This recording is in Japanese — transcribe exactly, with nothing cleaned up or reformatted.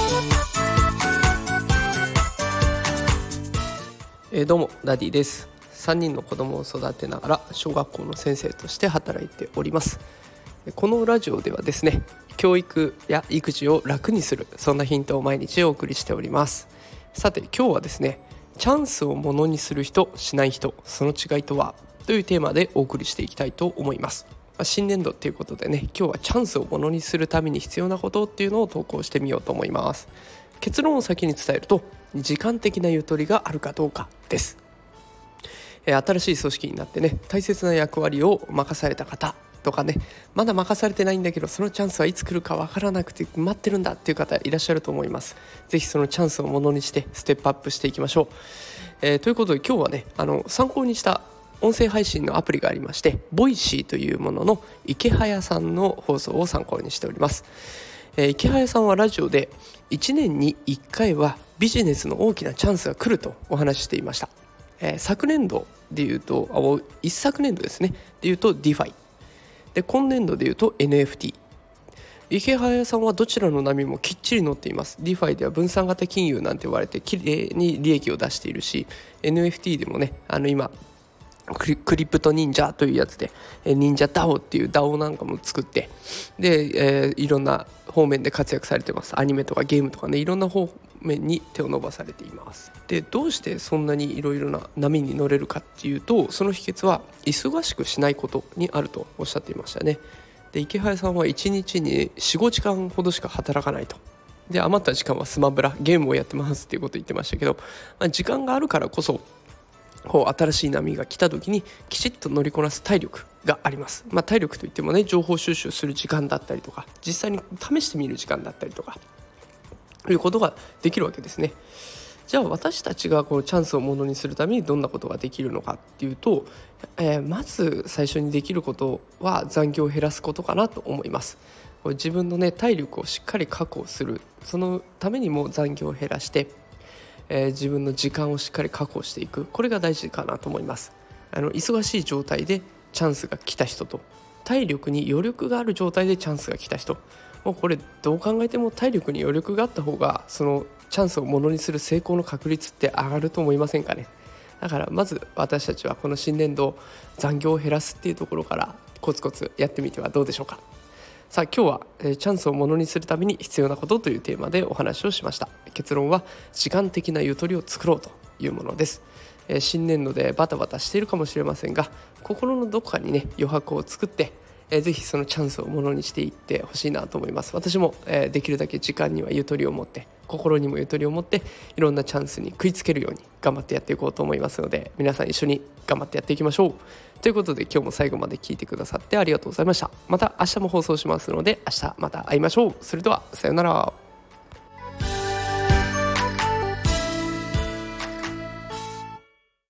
えー、どうもダディです。さんにんの子供を育てながら小学校の先生として働いております。このラジオではですね、教育や育児を楽にする、そんなヒントを毎日お送りしております。さて今日はですね、チャンスをものにする人、しない人、その違いとはというテーマでお送りしていきたいと思います。新年度ということでね、今日はチャンスをものにするために必要なことっていうのを投稿してみようと思います。結論を先に伝えると、時間的なゆとりがあるかどうかです。新しい組織になってね、大切な役割を任された方とかね、まだ任されてないんだけどそのチャンスはいつ来るか分からなくて待ってるんだっていう方いらっしゃると思います。ぜひそのチャンスをものにしてステップアップしていきましょう。えー、ということで今日はね、あの参考にした音声配信のアプリがありまして、ボイシーというものの池早さんの放送を参考にしております。えー、池早さんはラジオでいちねんにいっかいはビジネスの大きなチャンスが来るとお話ししていました。えー、昨年度でいうとあ一昨年度ですねでいうと ディファイ で、今年度でいうと エヌエフティー。 池早さんはどちらの波もきっちり乗っています。 ディファイ では分散型金融なんて言われてきれいに利益を出しているし、 エヌエフティー でもね、あの今クリ、クリプト忍者というやつで忍者 ダオ っていう ダオ なんかも作って、で、えー、いろんな方面で活躍されてます。アニメとかゲームとかね、いろんな方面に手を伸ばされています。で、どうしてそんなにいろいろな波に乗れるかっていうと、その秘訣は忙しくしないことにあるとおっしゃっていましたね。で、池早さんはいちにちに よん,ご 時間ほどしか働かないと。で、余った時間はスマブラゲームをやってますっていうことを言ってましたけど、まあ、時間があるからこそこう新しい波が来た時にきちっと乗りこなす体力があります。まあ、体力といってもね、情報収集する時間だったりとか、実際に試してみる時間だったりとかいうことができるわけですね。じゃあ私たちがこのチャンスをものにするためにどんなことができるのかっていうと、えー、まず最初にできることは残業を減らすことかなと思います。自分のね、体力をしっかり確保する、そのためにも残業を減らして、えー、自分の時間をしっかり確保していく、これが大事かなと思います。あの忙しい状態でチャンスが来た人と、体力に余力がある状態でチャンスが来た人、もうこれどう考えても体力に余力があった方がそのチャンスをものにする成功の確率って上がると思いませんかね。だからまず私たちはこの新年度、残業を減らすっていうところからコツコツやってみてはどうでしょうか。さあ今日は、えー、チャンスをものにするために必要なことというテーマでお話をしました。結論は時間的なゆとりを作ろうというものです。えー、新年度でバタバタしているかもしれませんが、心のどこかにね余白を作って、えー、ぜひそのチャンスをものにしていってほしいなと思います。私も、えー、できるだけ時間にはゆとりを持って、心にもゆとりを持って、いろんなチャンスに食いつけるように頑張ってやっていこうと思いますので、皆さん一緒に頑張ってやっていきましょう。ということで今日も最後まで聞いてくださってありがとうございました。また明日も放送しますので、明日また会いましょう。それではさようなら。